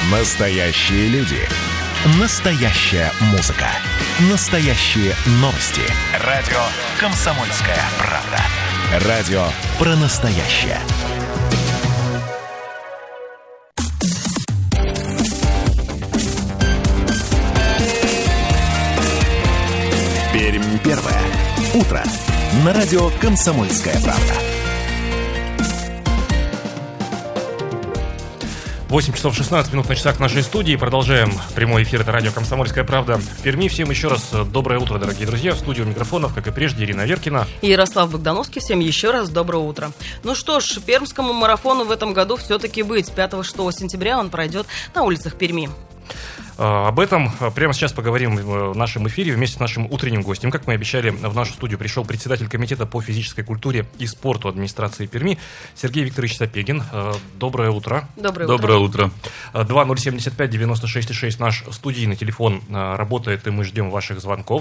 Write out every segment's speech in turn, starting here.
Настоящие люди. Настоящая музыка. Настоящие новости. Радио «Комсомольская правда». Радио про настоящее. Пермь первое. Утро. На радио «Комсомольская правда». 8 часов 16 минут на часах нашей студии. Продолжаем прямой эфир. Это радио «Комсомольская правда» в Перми. Всем еще раз доброе утро, дорогие друзья. В студии у микрофонов, как и прежде, Ирина Веркина и Ярослав Богдановский. Всем еще раз доброе утро. Ну что ж, пермскому марафону в этом году все-таки быть. 5-6 сентября он пройдет на улицах Перми. Об этом прямо сейчас поговорим в нашем эфире вместе с нашим утренним гостем. Как мы обещали, в нашу студию пришел председатель комитета по физической культуре и спорту администрации Перми Сергей Викторович Сапегин. Доброе утро. Доброе утро. 2075-96-6 наш студийный телефон работает, и мы ждем ваших звонков.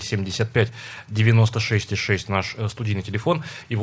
2075-96-6 наш студийный телефон. И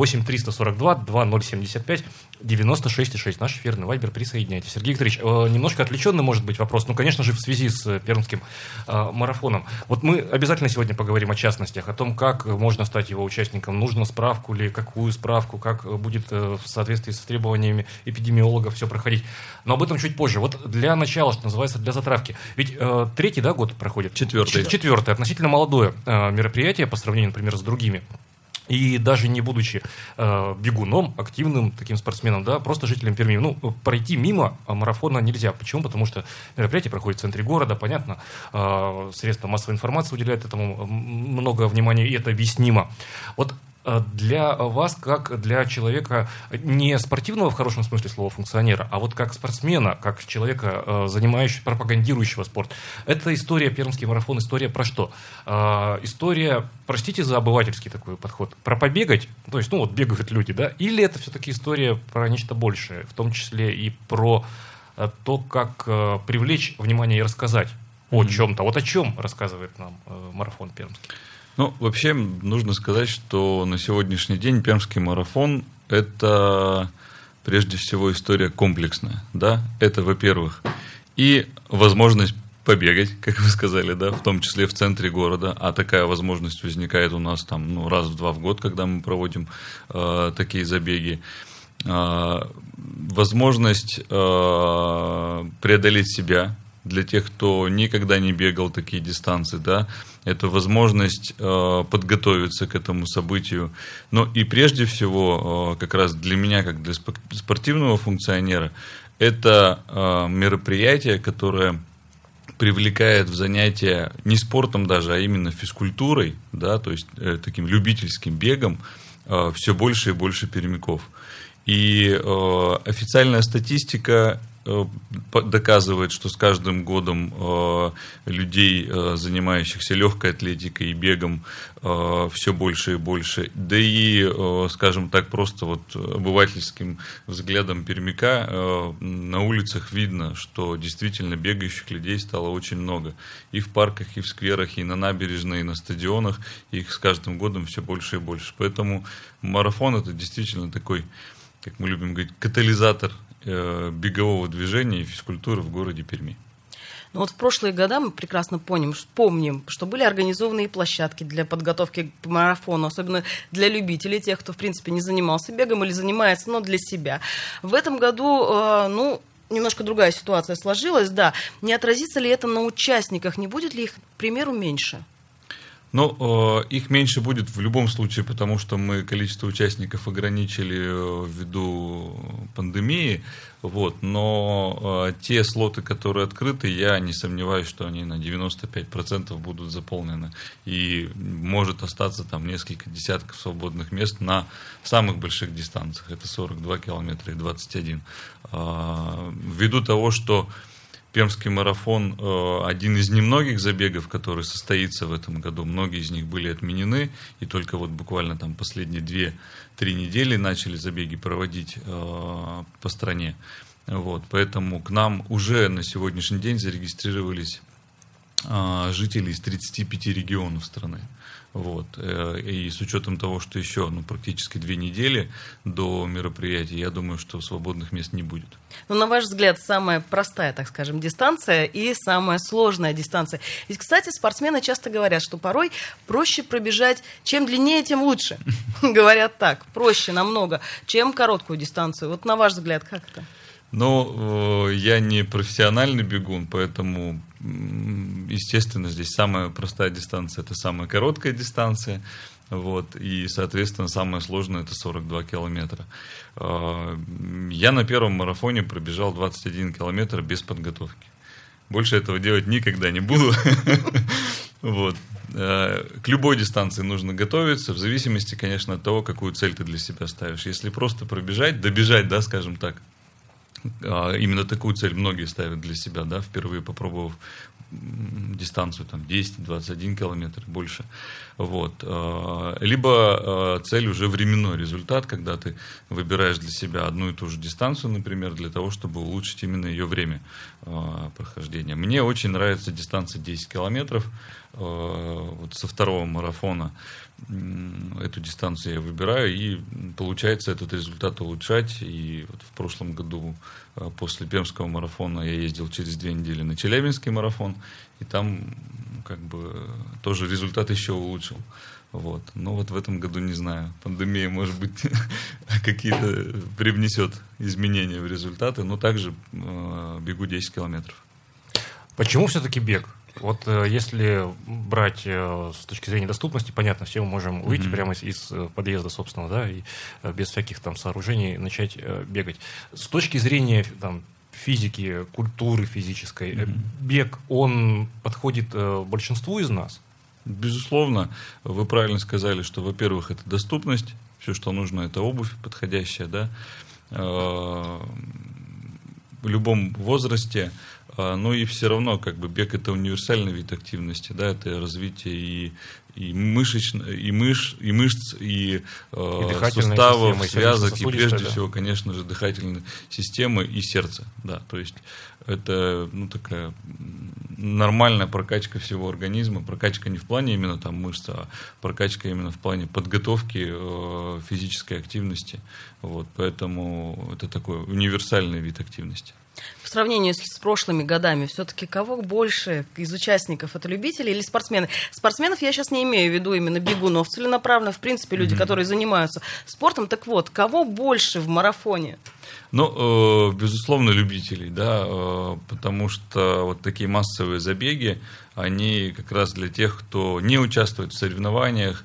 8-342-2075-96-6 наш эфирный вайбер. Присоединяйтесь. Сергей Викторович, немножко отвлеченный может быть вопрос, но, конечно же, в связи с пермским марафоном. Вот мы обязательно сегодня поговорим о частностях, о том, как можно стать его участником, нужно справку ли, какую справку, как будет в соответствии с требованиями эпидемиологов все проходить. Но об этом чуть позже. Вот для начала, что называется, для затравки. Ведь третий, да, год проходит? Четвертый. Относительно молодое мероприятие по сравнению, например, с другими. И даже не будучи бегуном, активным таким спортсменом, да, просто жителем Перми, пройти мимо марафона нельзя. Почему? Потому что мероприятие проходит в центре города, понятно, средства массовой информации уделяют этому много внимания, и это объяснимо. Вот для вас, как для человека не спортивного в хорошем смысле слова функционера, а вот как спортсмена, как человека, занимающего, пропагандирующего спорт, эта история, пермский марафон, история про что? История, простите за обывательский такой подход, про побегать, то есть, бегают люди, да, или это все-таки история про нечто большее, в том числе и про то, как привлечь внимание и рассказать о чем-то. Вот о чем рассказывает нам марафон пермский? Вообще нужно сказать, что на сегодняшний день пермский марафон – это прежде всего история комплексная. Да? Это, во-первых, и возможность побегать, как вы сказали, да, в том числе в центре города, а такая возможность возникает у нас там, раз в 2 в год, когда мы проводим такие забеги. Возможность преодолеть себя для тех, кто никогда не бегал такие дистанции, да, это возможность подготовиться к этому событию. Но и прежде всего, как раз для меня, как для спортивного функционера, это мероприятие, которое привлекает в занятия не спортом даже, а именно физкультурой, да, то есть таким любительским бегом все больше и больше пермяков. И официальная статистика доказывает, что с каждым годом людей, занимающихся легкой атлетикой и бегом, все больше и больше. Да и, скажем так, просто обывательским взглядом пермяка на улицах видно, что действительно бегающих людей стало очень много. И в парках, и в скверах, и на набережной, и на стадионах. Их с каждым годом все больше и больше. Поэтому марафон – это действительно такой, как мы любим говорить, катализатор бегового движения и физкультуры в городе Перми. В прошлые года мы прекрасно помним, что были организованы площадки для подготовки к марафону, особенно для любителей, тех, кто, в принципе, не занимался бегом или занимается, но для себя. В этом году, немножко другая ситуация сложилась, да. Не отразится ли это на участниках? Не будет ли их, к примеру, меньше? Их меньше будет в любом случае, потому что мы количество участников ограничили ввиду пандемии. Но те слоты, которые открыты, я не сомневаюсь, что они на 95% будут заполнены. И может остаться там несколько десятков свободных мест на самых больших дистанциях. Это 42 километра и 21. Ввиду того, что Пермский марафон один из немногих забегов, который состоится в этом году. Многие из них были отменены, и только буквально там последние 2-3 недели начали забеги проводить по стране. Поэтому к нам уже на сегодняшний день зарегистрировались жителей из 35 регионов страны. Вот. И с учетом того, что еще практически 2 недели до мероприятия, я думаю, что свободных мест не будет. Ну, на ваш взгляд, самая простая, так скажем, дистанция и самая сложная дистанция. И, кстати, спортсмены часто говорят, что порой проще пробежать, чем длиннее, тем лучше. Говорят так, проще намного, чем короткую дистанцию. Вот на ваш взгляд, как это? Но я не профессиональный бегун, поэтому, естественно, здесь самая простая дистанция – это самая короткая дистанция. Вот, и, соответственно, самое сложное – это 42 километра. Я на первом марафоне пробежал 21 километр без подготовки. Больше этого делать никогда не буду. Вот. К любой дистанции нужно готовиться, в зависимости, конечно, от того, какую цель ты для себя ставишь. Если просто пробежать, добежать, да, скажем так, именно такую цель многие ставят для себя, да, впервые попробовав дистанцию там 10-21 километр, больше. Вот. Либо цель уже временной результат, когда ты выбираешь для себя одну и ту же дистанцию, например, для того, чтобы улучшить именно ее время прохождения. Мне очень нравится дистанция 10 километров. Вот со второго марафона эту дистанцию я выбираю, и получается этот результат улучшать. И вот в прошлом году после Пермского марафона я ездил через 2 недели на Челябинский марафон, и там как бы тоже результат еще улучшил. Вот. Но вот в этом году не знаю, пандемия, может быть, какие-то привнесет изменения в результаты, но также бегу 10 километров. Почему все-таки бег? Вот если брать с точки зрения доступности, понятно, все мы можем выйти прямо из подъезда, собственно, да, и без всяких там сооружений начать бегать. С точки зрения там физики, культуры физической, бег, он подходит большинству из нас? Безусловно, вы правильно сказали, что, во-первых, это доступность, все, что нужно, это обувь подходящая, да, в любом возрасте. Но и все равно, как бы, бег – это универсальный вид активности, да, это развитие и мышц, и суставов, связок, и прежде всего, конечно же, дыхательной системы и сердца, да, то есть это, такая нормальная прокачка всего организма, прокачка не в плане именно там мышц, а прокачка именно в плане подготовки физической активности, вот, поэтому это такой универсальный вид активности. В сравнении с прошлыми годами, все-таки кого больше из участников? Это любители или спортсмены? Спортсменов я сейчас не имею в виду именно бегунов целенаправленно, в принципе, люди, которые занимаются спортом. Так вот, кого больше в марафоне? Ну, безусловно, любителей, да, потому что вот такие массовые забеги, они как раз для тех, кто не участвует в соревнованиях,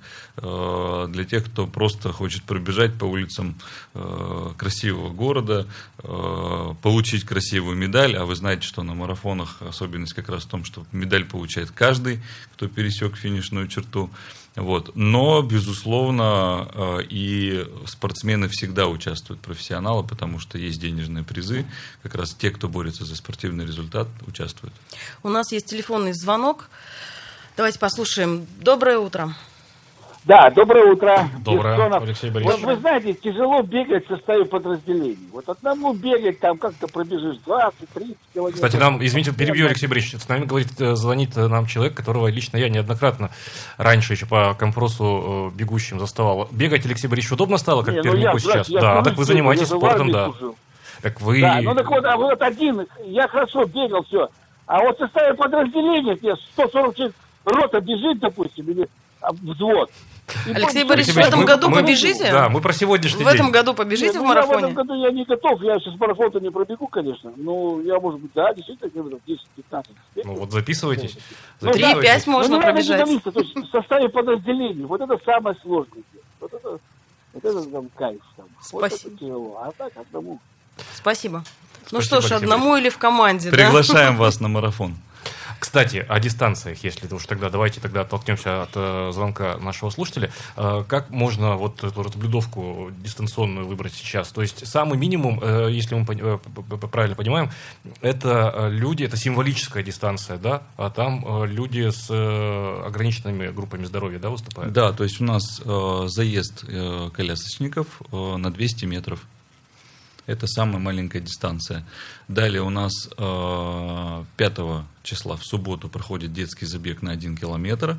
для тех, кто просто хочет пробежать по улицам красивого города, получить красивую медаль, а вы знаете, что на марафонах особенность как раз в том, что медаль получает каждый, кто пересек финишную черту. Вот. Но, безусловно, и спортсмены всегда участвуют, профессионалы, потому что есть денежные призы. Как раз те, кто борется за спортивный результат, участвуют. У нас есть телефонный звонок. Давайте послушаем. Доброе утро. Да, доброе утро. Доброе, Бессонов. Алексей Борисович. Вот вы знаете, тяжело бегать в составе подразделений. Вот одному бегать там как-то пробежишь 20-30 километров. Кстати, нам, извините, перебью, Алексей Борисович, с нами звонит нам человек, которого лично я неоднократно раньше еще по компросу бегущим заставал. Бегать, Алексей Борисович, удобно стало, как пермяку сейчас? Да, так вы занимаетесь спортом, да. Так вы... Да, так вот, а вот один, я хорошо бегал, все. А вот в составе подразделения, где 140 человек, рота бежит, допустим, или взвод. Алексей Борисович, в этом году побежите? Да, мы про сегодняшний день. В этом году побежите в марафоне? В этом году я не готов, я сейчас марафон-то не пробегу, конечно. Ну, я, может быть, да, действительно, километров 10-15. Ну, вот записывайтесь. 3-5 можно пробежать. То есть в составе подразделений, вот это самое сложное. Вот это там кайф. Там. Спасибо. Вот это тяжело, а так одному. Спасибо. Ну Спасибо, что ж, одному или в команде, Приглашаем вас на марафон. Кстати, о дистанциях, если уж тогда давайте тогда оттолкнемся от звонка нашего слушателя. Как можно вот эту разблюдовку дистанционную выбрать сейчас? То есть самый минимум, если мы правильно понимаем, это люди, это символическая дистанция, да? А там люди с ограниченными группами здоровья, да, выступают? Да, то есть у нас заезд колясочников на 200 метров. Это самая маленькая дистанция. Далее у нас 5 числа в субботу проходит детский забег на 1 километр.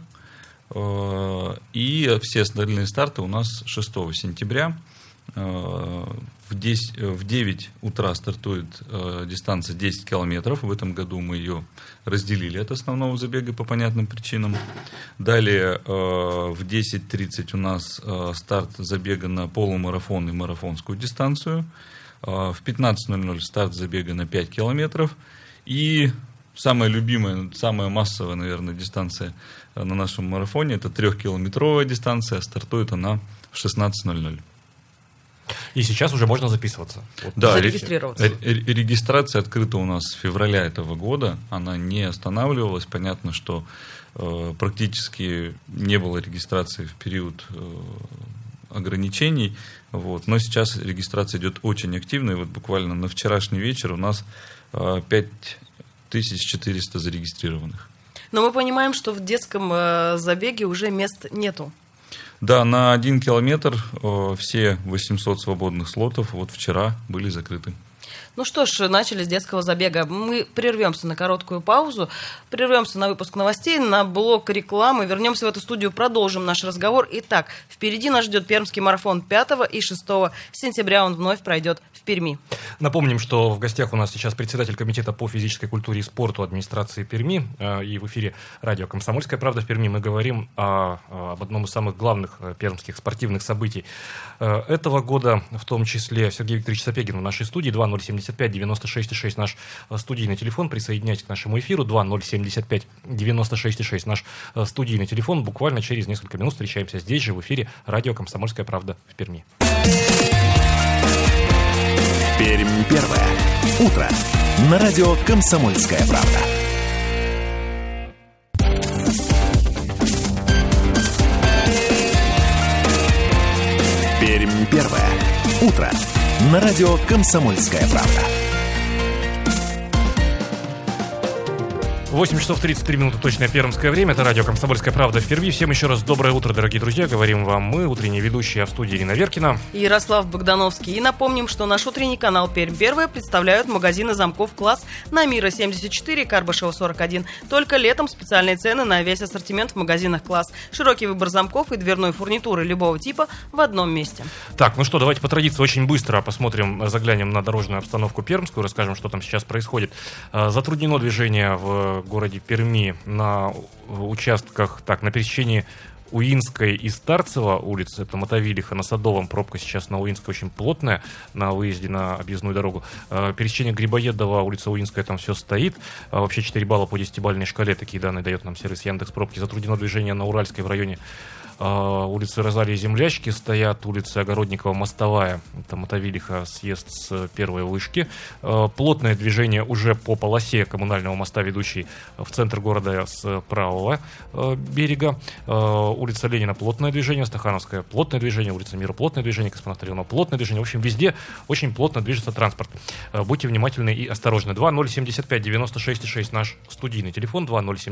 И все остальные старты у нас 6 сентября. В 9 утра стартует дистанция 10 километров. В этом году мы ее разделили от основного забега по понятным причинам. Далее в 10:30 у нас старт забега на полумарафон и марафонскую дистанцию. В 15:00 старт забега на 5 километров. И самая любимая, самая массовая, наверное, дистанция на нашем марафоне — это 3-километровая дистанция. Стартует она в 16:00. И сейчас уже можно записываться. Да, зарегистрироваться. Регистрация открыта у нас с февраля этого года. Она не останавливалась. Понятно, что практически не было регистрации в период ограничений. Вот. Но сейчас регистрация идет очень активно. И вот буквально на вчерашний вечер у нас 5400 зарегистрированных. Но мы понимаем, что в детском забеге уже мест нету. Да, на 1 километр все 800 свободных слотов вот вчера были закрыты. Ну что ж, начали с детского забега. Мы прервемся на короткую паузу, прервемся на выпуск новостей, на блок рекламы, вернемся в эту студию, продолжим наш разговор. Итак, впереди нас ждет Пермский марафон 5 и 6 сентября, он вновь пройдет в Перми. Напомним, что в гостях у нас сейчас председатель комитета по физической культуре и спорту администрации Перми, и в эфире радио «Комсомольская правда» в Перми мы говорим об одном из самых главных пермских спортивных событий этого года, в том числе Сергей Викторович Сапегин в нашей студии, 2075-96-6 наш студийный телефон, присоединяйтесь к нашему эфиру, 2075-96-6 наш студийный телефон, буквально через несколько минут встречаемся здесь же в эфире радио «Комсомольская правда» в Перми. Пермь первое. Утро. На радио «Комсомольская правда». Пермь первое. Утро. На радио «Комсомольская правда». 8 часов 33 минуты точное пермское время. Это радио «Комсомольская правда» в Перми. Всем еще раз доброе утро, дорогие друзья. Говорим вам мы, утренние ведущие, а в студии Ирина Веркина и Ярослав Богдановский. И напомним, что наш утренний канал «Пермь первая» представляют магазины замков «Класс» на Мира 74, Карбышева 41. Только летом специальные цены на весь ассортимент в магазинах «Класс». Широкий выбор замков и дверной фурнитуры любого типа в одном месте. Так, ну что, давайте по традиции очень быстро посмотрим, заглянем на дорожную обстановку пермскую, расскажем, что там сейчас происходит. Затруднено движение в городе Перми на участках, на пересечении Уинской и Старцева улицы, это Мотовилиха, на Садовом пробка сейчас на Уинской очень плотная, на выезде на объездную дорогу. Пересечение Грибоедова, улица Уинская, там все стоит. Вообще 4 балла по 10-бальной шкале, такие данные дает нам сервис Яндекс.Пробки. Затруднено движение на Уральской в районе улицы Розалии Землячки стоят, улица Огородникова, Мостовая, это Мотовилиха, съезд с первой вышки. Плотное движение уже по полосе коммунального моста, ведущей в центр города с правого берега. Улица Ленина плотное движение, Стахановская плотное движение, улица Мира плотное движение, Космонавта Леонова плотное движение. В общем, везде очень плотно движется транспорт. Будьте внимательны и осторожны. 2075-96-6 наш студийный телефон,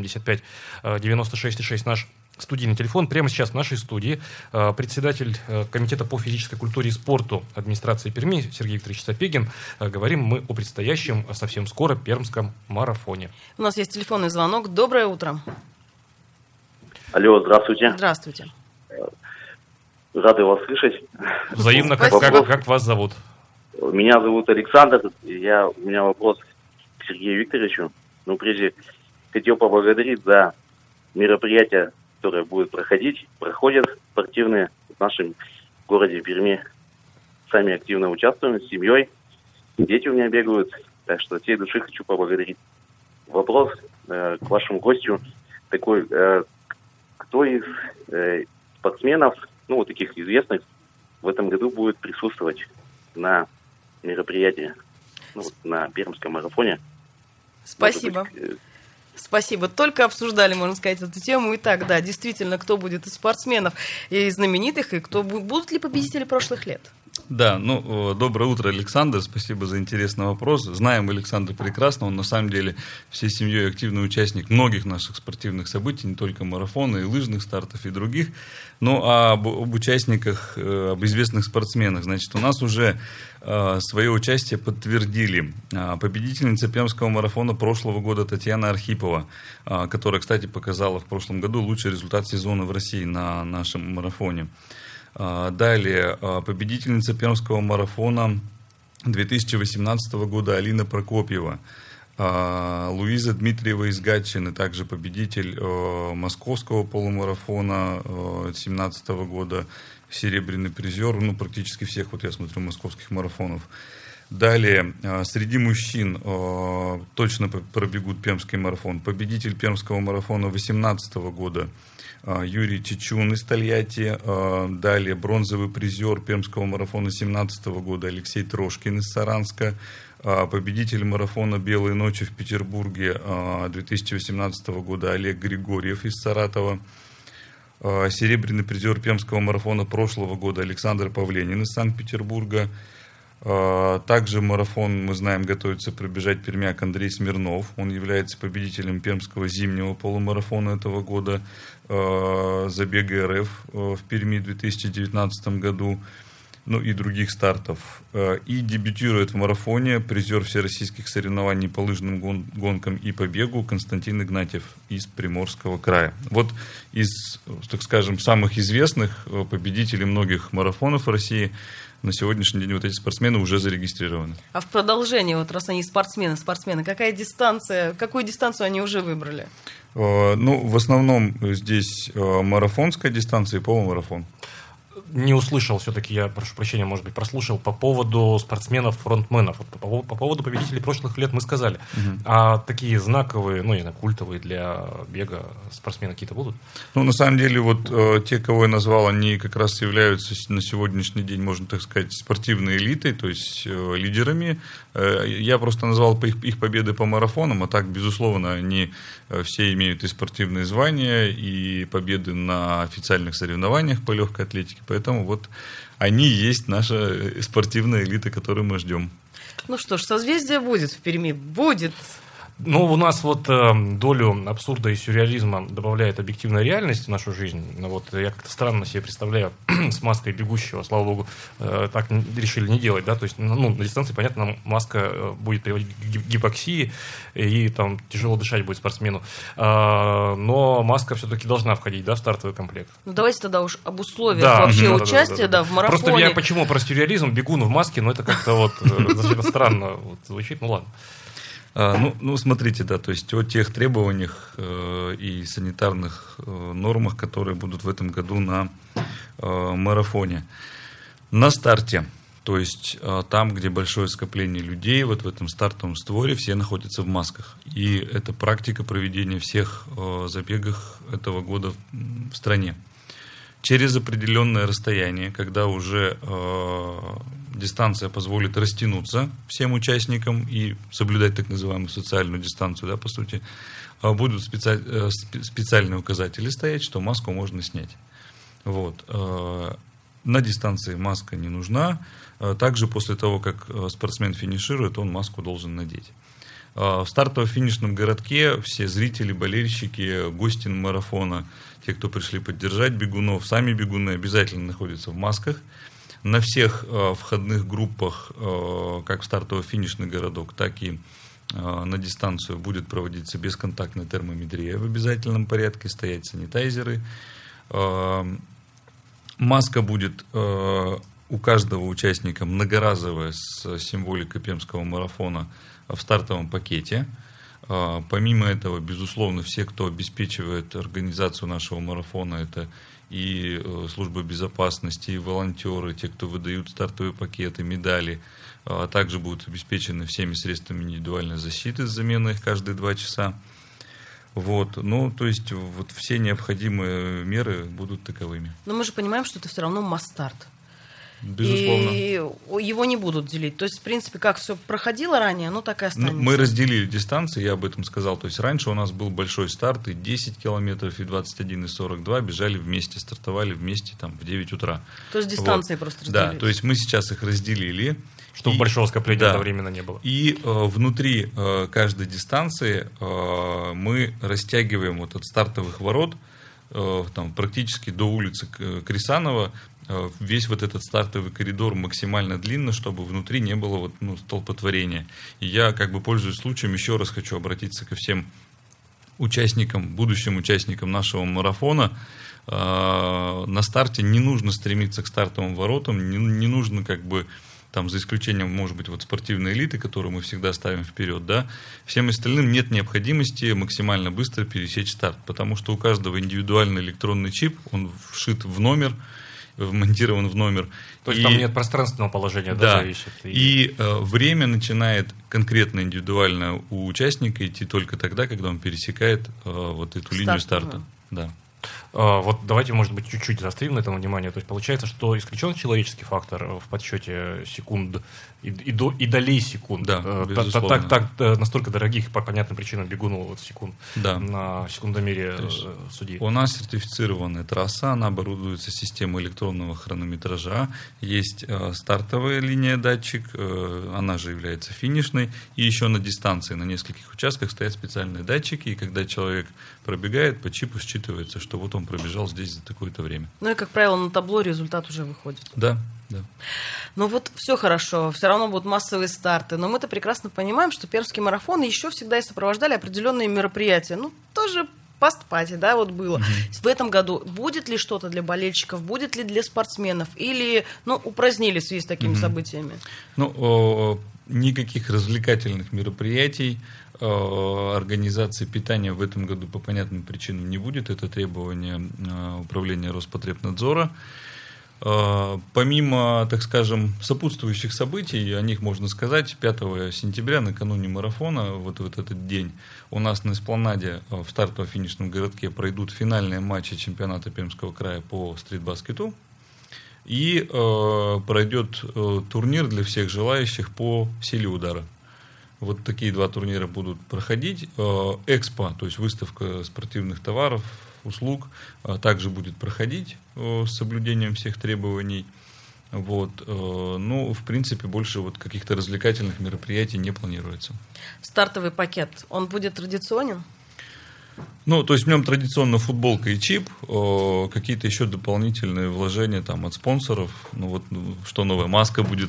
2075-96-6 наш студийный телефон. Прямо сейчас в нашей студии председатель комитета по физической культуре и спорту администрации Перми Сергей Викторович Сапегин. Говорим мы о предстоящем совсем скоро пермском марафоне. У нас есть телефонный звонок. Доброе утро. Алло, здравствуйте. Здравствуйте. Рады вас слышать. Взаимно. Как вас зовут? Меня зовут Александр. У меня вопрос к Сергею Викторовичу. Прежде хотел поблагодарить за мероприятие, которое будет проходят спортивные в нашем городе Перми. Сами активно участвуем с семьей. Дети у меня бегают. Так что от всей души хочу поблагодарить. Вопрос к вашему гостю такой. Кто из спортсменов, таких известных, в этом году будет присутствовать на мероприятии, на Пермском марафоне? Спасибо. Спасибо. Только обсуждали, можно сказать, эту тему. Итак, да, действительно, кто будет из спортсменов и из знаменитых, и будут ли победители прошлых лет? Да, доброе утро, Александр, спасибо за интересный вопрос. Знаем Александра прекрасно, он на самом деле всей семьей активный участник многих наших спортивных событий, не только марафона, и лыжных стартов, и других. Об участниках, об известных спортсменах. Значит, у нас уже свое участие подтвердили победительница Пермского марафона прошлого года Татьяна Архипова, которая, кстати, показала в прошлом году лучший результат сезона в России на нашем марафоне. Далее, победительница Пермского марафона 2018 года Алина Прокопьева, Луиза Дмитриева из Гатчины, также победитель московского полумарафона 2017 года, серебряный призер, практически всех, я смотрю, московских марафонов. Далее, среди мужчин точно пробегут Пермский марафон. Победитель Пермского марафона 2018 года Юрий Чечун из Тольятти. Далее, бронзовый призер Пермского марафона 2017 года Алексей Трошкин из Саранска. Победитель марафона «Белые ночи» в Петербурге 2018 года Олег Григорьев из Саратова. Серебряный призер Пермского марафона прошлого года Александр Павленин из Санкт-Петербурга. Также марафон, мы знаем, готовится пробежать пермяк Андрей Смирнов. Он является победителем Пермского зимнего полумарафона этого года, забега РФ в Перми в 2019 году, и других стартов. И дебютирует в марафоне призер всероссийских соревнований по лыжным гонкам и по бегу Константин Игнатьев из Приморского края. Из, так скажем, самых известных победителей многих марафонов в России на сегодняшний день эти спортсмены уже зарегистрированы. А в продолжение, раз они спортсмены, какую дистанцию они уже выбрали? В основном здесь марафонская дистанция и полумарафон. Не услышал, все-таки я, прошу прощения, может быть, прослушал по поводу спортсменов-фронтменов. По поводу победителей прошлых лет мы сказали. А такие знаковые, культовые для бега спортсмены какие-то будут? На самом деле, те, кого я назвал, они как раз являются на сегодняшний день, можно так сказать, спортивной элитой, то есть лидерами. Я просто назвал их победы по марафонам, а так, безусловно, они все имеют и спортивные звания, и победы на официальных соревнованиях по легкой атлетике. Поэтому они есть наша спортивная элита, которую мы ждем. Что ж, созвездие будет в Перми. Будет. У нас долю абсурда и сюрреализма добавляет объективная реальность в нашу жизнь. Я как-то странно себе представляю с маской бегущего, слава богу, так решили не делать, да, то есть, на дистанции, понятно, маска будет приводить к гипоксии, и там тяжело дышать будет спортсмену, но маска все-таки должна входить, да, в стартовый комплект. Давайте тогда уж об условиях участия, в марафоне. Просто я почему про сюрреализм, бегун в маске, это как-то достаточно странно звучит, ладно. Смотрите, то есть о тех требованиях и санитарных нормах, которые будут в этом году на марафоне. На старте, то есть там, где большое скопление людей, в этом стартовом створе все находятся в масках. И это практика проведения всех забегов этого года в стране. Через определенное расстояние, когда уже дистанция позволит растянуться всем участникам и соблюдать так называемую социальную дистанцию, по сути, будут специальные указатели стоять, что маску можно снять. На дистанции маска не нужна. Также после того, как спортсмен финиширует, он маску должен надеть. В стартово-финишном городке все зрители, болельщики, гости марафона, те, кто пришли поддержать бегунов, сами бегуны обязательно находятся в масках. На всех входных группах, как в стартово-финишный городок, так и на дистанцию будет проводиться бесконтактная термометрия в обязательном порядке, стоять санитайзеры. Маска будет у каждого участника многоразовая с символикой Пермского марафона в стартовом пакете. Помимо этого, безусловно, все, кто обеспечивает организацию нашего марафона, это и служба безопасности, и волонтеры, те, кто выдают стартовые пакеты, медали, также будут обеспечены всеми средствами индивидуальной защиты с заменой их каждые 2 часа. То есть все необходимые меры будут таковыми. Но мы же понимаем, что это все равно масс-старт. Безусловно. И его не будут делить. То есть, в принципе, как все проходило ранее, оно так и останется. Мы разделили дистанции, я об этом сказал. То есть раньше у нас был большой старт, и 10 километров, и 21, и 42 бежали вместе, стартовали вместе там, в 9 утра. То есть дистанции просто разделились. Да, то есть мы сейчас их разделили. Чтобы большого скопления одновременно не было. И внутри каждой дистанции мы растягиваем вот от стартовых ворот там, практически до улицы Крисанова весь вот этот стартовый коридор максимально длинно, чтобы внутри не было вот, столпотворения. И я, пользуясь случаем, еще раз хочу обратиться ко всем участникам, будущим участникам нашего марафона. На старте не нужно стремиться к стартовым воротам, не нужно там, за исключением, может быть, вот спортивной элиты, которую мы всегда ставим вперед, да, всем остальным нет необходимости максимально быстро пересечь старт, потому что у каждого индивидуальный электронный чип, он вшит в номер, вмонтирован в номер. То есть там нет пространственного положения, да, зависит. И время начинает конкретно индивидуально у участника идти только тогда, когда он пересекает вот эту линию старта. Да. Вот давайте, может быть, чуть-чуть заострим на этом внимание. То есть получается, что исключен человеческий фактор в подсчете секунд и долей секунд. Да, безусловно. Так настолько дорогих по понятным причинам бегуну секунд на секундомере судьи. У нас сертифицированная трасса, она оборудуется системой электронного хронометража. Есть стартовая линия датчик, она же является финишной. И еще на дистанции, на нескольких участках стоят специальные датчики. И когда человек пробегает, по чипу считывается, что вот он пробежал здесь за такое-то время. Ну и, как правило, на табло результат уже выходит. Да. Ну вот все хорошо, все равно будут массовые старты, но мы-то прекрасно понимаем, что Пермский марафон еще всегда и сопровождали определенные мероприятия. Ну, тоже пост-пати, да, вот было. В этом году будет ли что-то для болельщиков, будет ли для спортсменов, или, упразднили в связи с такими событиями? Никаких развлекательных мероприятий, организации питания в этом году по понятным причинам не будет. Это требование управления Роспотребнадзора. Помимо, так скажем, сопутствующих событий, о них можно сказать, 5 сентября, накануне марафона, вот в этот день, у нас на эспланаде в стартово-финишном городке пройдут финальные матчи чемпионата Пермского края по стритбаскету. И пройдет турнир для всех желающих по силе удара. Вот такие 2 турнира будут проходить. Экспо, то есть выставка спортивных товаров, услуг, также будет проходить с соблюдением всех требований. Вот. В принципе, больше вот каких-то развлекательных мероприятий не планируется. Стартовый пакет, он будет традиционен? То есть в нем традиционно футболка и чип, какие-то еще дополнительные вложения там от спонсоров. Что новая маска будет.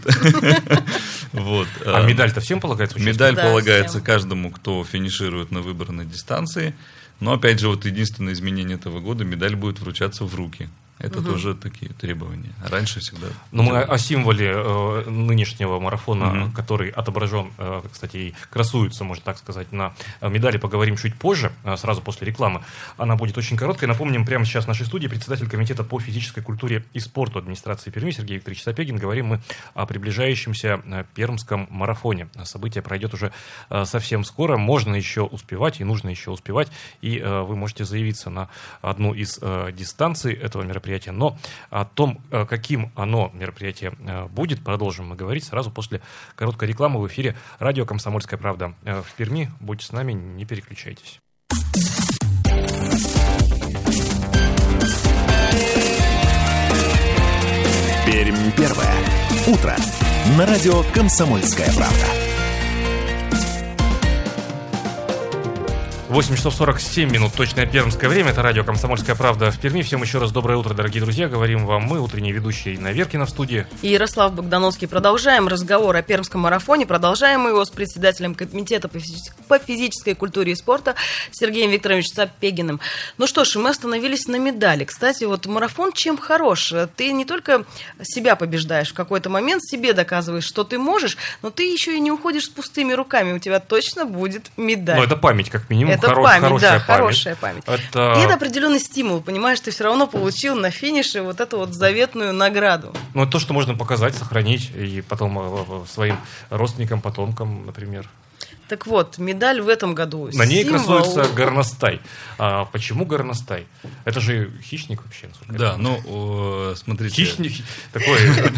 А медаль-то всем полагается? Медаль полагается каждому, кто финиширует на выбранной дистанции. Но опять же, вот единственное изменение этого года, медаль будет вручаться в руки. Это тоже такие требования. Раньше всегда... Мы о символе нынешнего марафона, который отображен, кстати, и красуется, можно так сказать, на медали, поговорим чуть позже, сразу после рекламы. Она будет очень короткой. Напомним, прямо сейчас в нашей студии председатель комитета по физической культуре и спорту администрации Перми Сергей Викторович Сапегин. Говорим мы о приближающемся Пермском марафоне. Событие пройдет уже совсем скоро. Можно еще успевать и нужно еще успевать. И вы можете заявиться на одну из дистанций этого мероприятия. Но о том, каким оно мероприятие будет, продолжим мы говорить сразу после короткой рекламы в эфире радио «Комсомольская правда» в Перми. Будьте с нами, не переключайтесь. Пермь первое. Утро. На радио «Комсомольская правда». 8 часов 47 минут, точное пермское время. Это радио «Комсомольская правда» в Перми. Всем еще раз доброе утро, дорогие друзья. Говорим вам мы, утренние ведущие Инна Веркина в студии. И Ярослав Богдановский. Продолжаем разговор о Пермском марафоне. Продолжаем его с председателем комитета по физической культуре и спорту Сергеем Викторовичем Сапегиным. Ну что ж, мы остановились на медали. Кстати, вот марафон чем хорош? Ты не только себя побеждаешь в какой-то момент, себе доказываешь, что ты можешь, но ты еще и не уходишь с пустыми руками. У тебя точно будет медаль. Ну, это память, как минимум. Это хорошая память. И это определенный стимул, понимаешь, ты все равно получил на финише вот эту вот заветную награду. Ну, это то, что можно показать, сохранить и потом своим родственникам, потомкам, например. Так вот, медаль в этом году. На ней символ... красуется горностай. А почему горностай? Это же хищник вообще. Да, ну, смотрите. Хищник, такой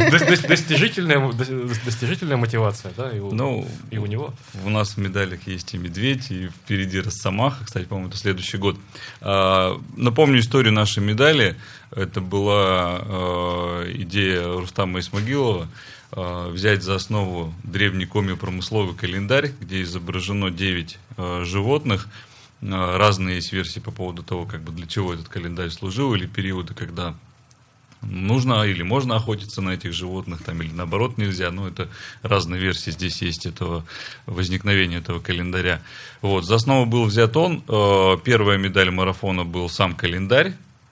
достижительная мотивация, да, и у него. У нас в медалях есть и медведь, и впереди росомаха. Кстати, по-моему, это следующий год. Напомню историю нашей медали. Это была идея Рустама Исмагилова взять за основу древний коми-промысловый календарь, где изображено 9 животных. Разные есть версии по поводу того, как бы для чего этот календарь служил, или периоды, когда нужно или можно охотиться на этих животных, там, или наоборот нельзя. Ну, это разные версии здесь есть этого возникновения этого календаря. Вот. За основу был взят он. Первая медаль марафона был сам календарь,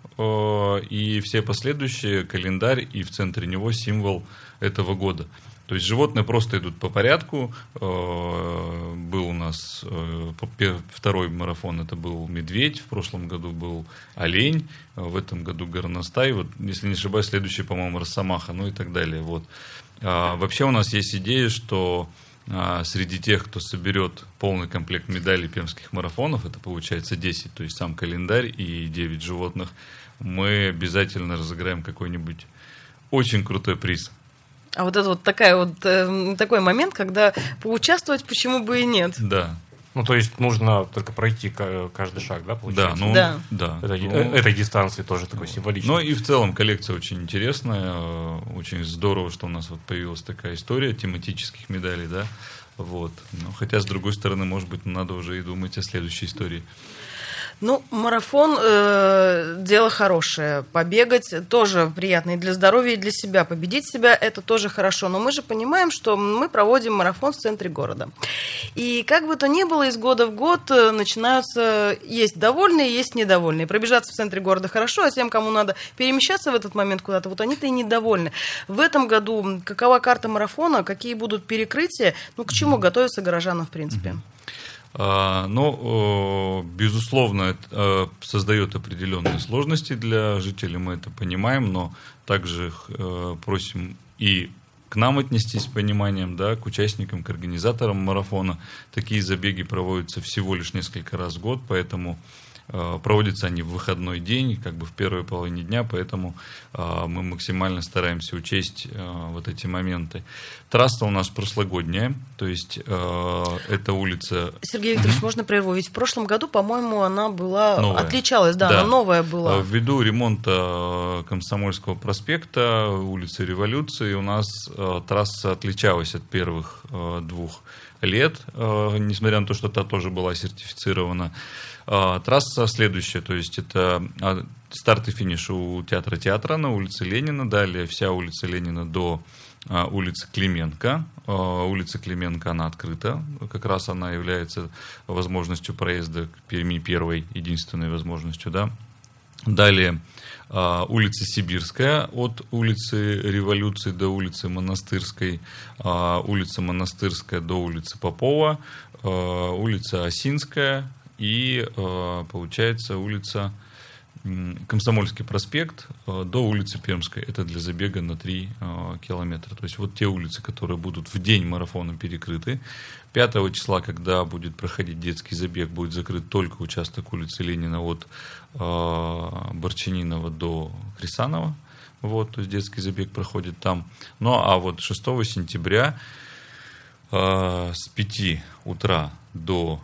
и все последующие календарь, и в центре него символ этого года. То есть животные просто идут по порядку. Был у нас второй марафон, это был медведь, в прошлом году был олень, в этом году горностай, вот, если не ошибаюсь, следующий, по-моему, росомаха, ну и так далее. Вот. Вообще у нас есть идея, что среди тех, кто соберет полный комплект медалей пермских марафонов, это получается 10, то есть сам календарь и 9 животных, мы обязательно разыграем какой-нибудь очень крутой приз. А вот это вот такой момент, когда поучаствовать почему бы и нет. Да. Ну, то есть нужно только пройти каждый шаг, да, получается? Да. Этой дистанции тоже такой символичный. Ну и в целом коллекция очень интересная, очень здорово, что у нас вот появилась такая история тематических медалей, да, вот. Но хотя, с другой стороны, может быть, надо уже и думать о следующей истории. Ну, марафон дело хорошее. Побегать тоже приятно и для здоровья, и для себя. Победить себя – это тоже хорошо. Но мы же понимаем, что мы проводим марафон в центре города. И как бы то ни было, из года в год начинаются... Есть довольные, есть недовольные. Пробежаться в центре города хорошо, а тем, кому надо перемещаться в этот момент куда-то, вот они-то и недовольны. В этом году какова карта марафона, какие будут перекрытия, ну, к чему готовятся горожанам в принципе? Но, безусловно, это создает определенные сложности для жителей, мы это понимаем, но также просим и к нам отнестись с пониманием, да, к участникам, к организаторам марафона. Такие забеги проводятся всего лишь несколько раз в год, поэтому проводятся они в выходной день, как бы в первой половине дня, поэтому мы максимально стараемся учесть вот эти моменты. Трасса у нас прошлогодняя, то есть это улица... Сергей Викторович, можно прерву? Ведь в прошлом году, по-моему, она была... Новая. Отличалась, да, она новая была. Ввиду ремонта Комсомольского проспекта, улицы Революции, у нас трасса отличалась от первых 2 лет, несмотря на то, что та тоже была сертифицирована. Трасса следующая, то есть это старт и финиш у театра на улице Ленина, далее вся улица Ленина до улицы Клименко. Улица Клименко, она открыта, как раз она является возможностью проезда к Перми первой, единственной возможностью, да. Далее улица Сибирская, от улицы Революции до улицы Монастырской, улица Монастырская до улицы Попова, улица Осинская и, получается, улица Комсомольский проспект до улицы Пермской. Это для забега на 3 километра. То есть вот те улицы, которые будут в день марафона перекрыты. 5 числа, когда будет проходить детский забег, будет закрыт только участок улицы Ленина от Борчининова до Крисанова. Вот, то есть детский забег проходит там. Ну а вот 6 сентября с 5 утра до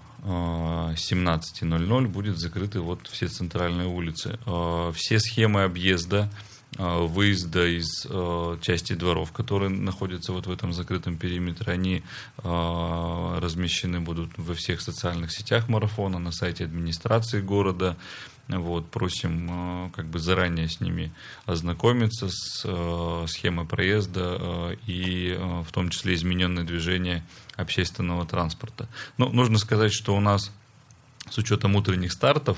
17:00 будет закрыты вот все центральные улицы. Все схемы объезда, выезда из части дворов, которые находятся вот в этом закрытом периметре, они размещены будут во всех социальных сетях марафона, на сайте администрации города. Вот, просим как бы заранее с ними ознакомиться, с схемой проезда и в том числе измененное движение общественного транспорта. Но нужно сказать, что у нас с учетом утренних стартов,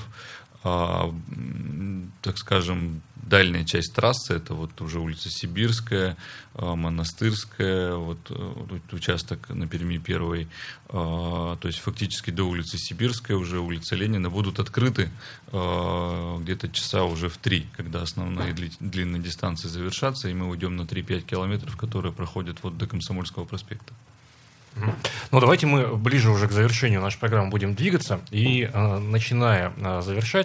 так скажем, дальняя часть трассы, это вот уже улица Сибирская, Монастырская, вот участок на Перми первой, то есть фактически до улицы Сибирская, уже улица Ленина, будут открыты где-то часа уже в 3, когда основные длинные дистанции завершатся, и мы уйдем на 3-5 километров, которые проходят вот до Комсомольского проспекта. Ну, давайте мы ближе уже к завершению нашей программы будем двигаться. И, начиная завершать,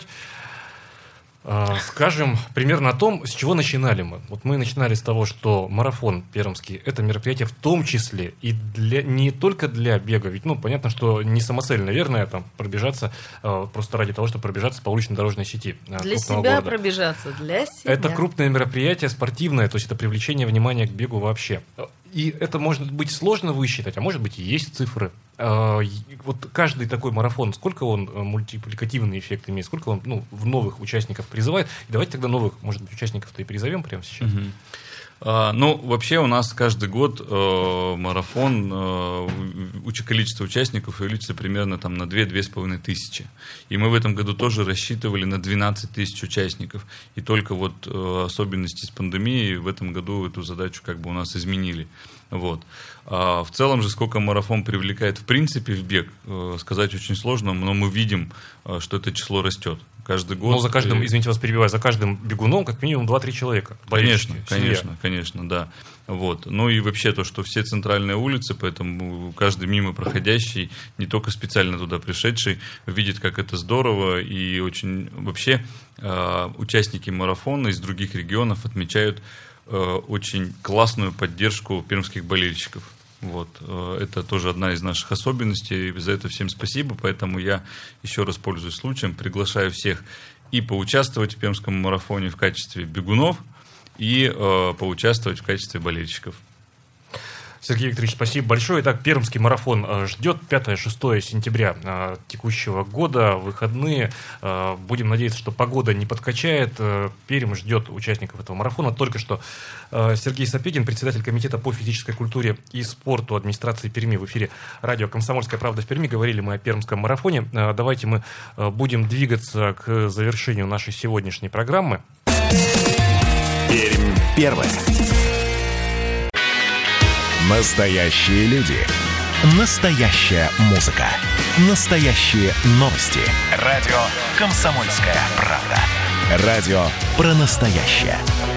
скажем примерно о том, с чего начинали мы. Вот мы начинали с того, что марафон пермский – это мероприятие в том числе и не только для бега. Ведь, понятно, что не самоцель, наверное, там пробежаться просто ради того, чтобы пробежаться по уличной дорожной сети для себя города. Пробежаться, для себя. Это крупное мероприятие спортивное, то есть это привлечение внимания к бегу вообще. И это может быть сложно высчитать, а может быть и есть цифры. Вот каждый такой марафон, сколько он мультипликативный эффект имеет, сколько он в новых участников призывает. И давайте тогда новых, может быть, участников-то и призовем прямо сейчас. Вообще у нас каждый год марафон, количество участников увеличится примерно на 2-2,5 тысячи. И мы в этом году тоже рассчитывали на 12 тысяч участников. И только особенности с пандемией в этом году эту задачу у нас изменили. Вот. А в целом же, сколько марафон привлекает в принципе в бег, сказать очень сложно, но мы видим, что это число растет. Каждый год. За каждым, извините, вас перебиваю, за каждым бегуном как минимум 2-3 человека. Конечно, да. Вот. Ну и вообще то, что все центральные улицы, поэтому каждый мимо проходящий, не только специально туда пришедший, видит, как это здорово. И очень вообще участники марафона из других регионов отмечают очень классную поддержку пермских болельщиков. Вот. Это тоже одна из наших особенностей, и за это всем спасибо, поэтому я еще раз пользуюсь случаем, приглашаю всех и поучаствовать в пермском марафоне в качестве бегунов, и поучаствовать в качестве болельщиков. Сергей Викторович, спасибо большое. Итак, пермский марафон ждет 5-6 сентября текущего года, выходные. Будем надеяться, что погода не подкачает. Пермь ждет участников этого марафона. Только что Сергей Сапегин, председатель комитета по физической культуре и спорту администрации Перми, в эфире радио «Комсомольская правда» в Перми. Говорили мы о пермском марафоне. Давайте мы будем двигаться к завершению нашей сегодняшней программы. Пермь первая. Настоящие люди. Настоящая музыка. Настоящие новости. Радио «Комсомольская правда». Радио про настоящее.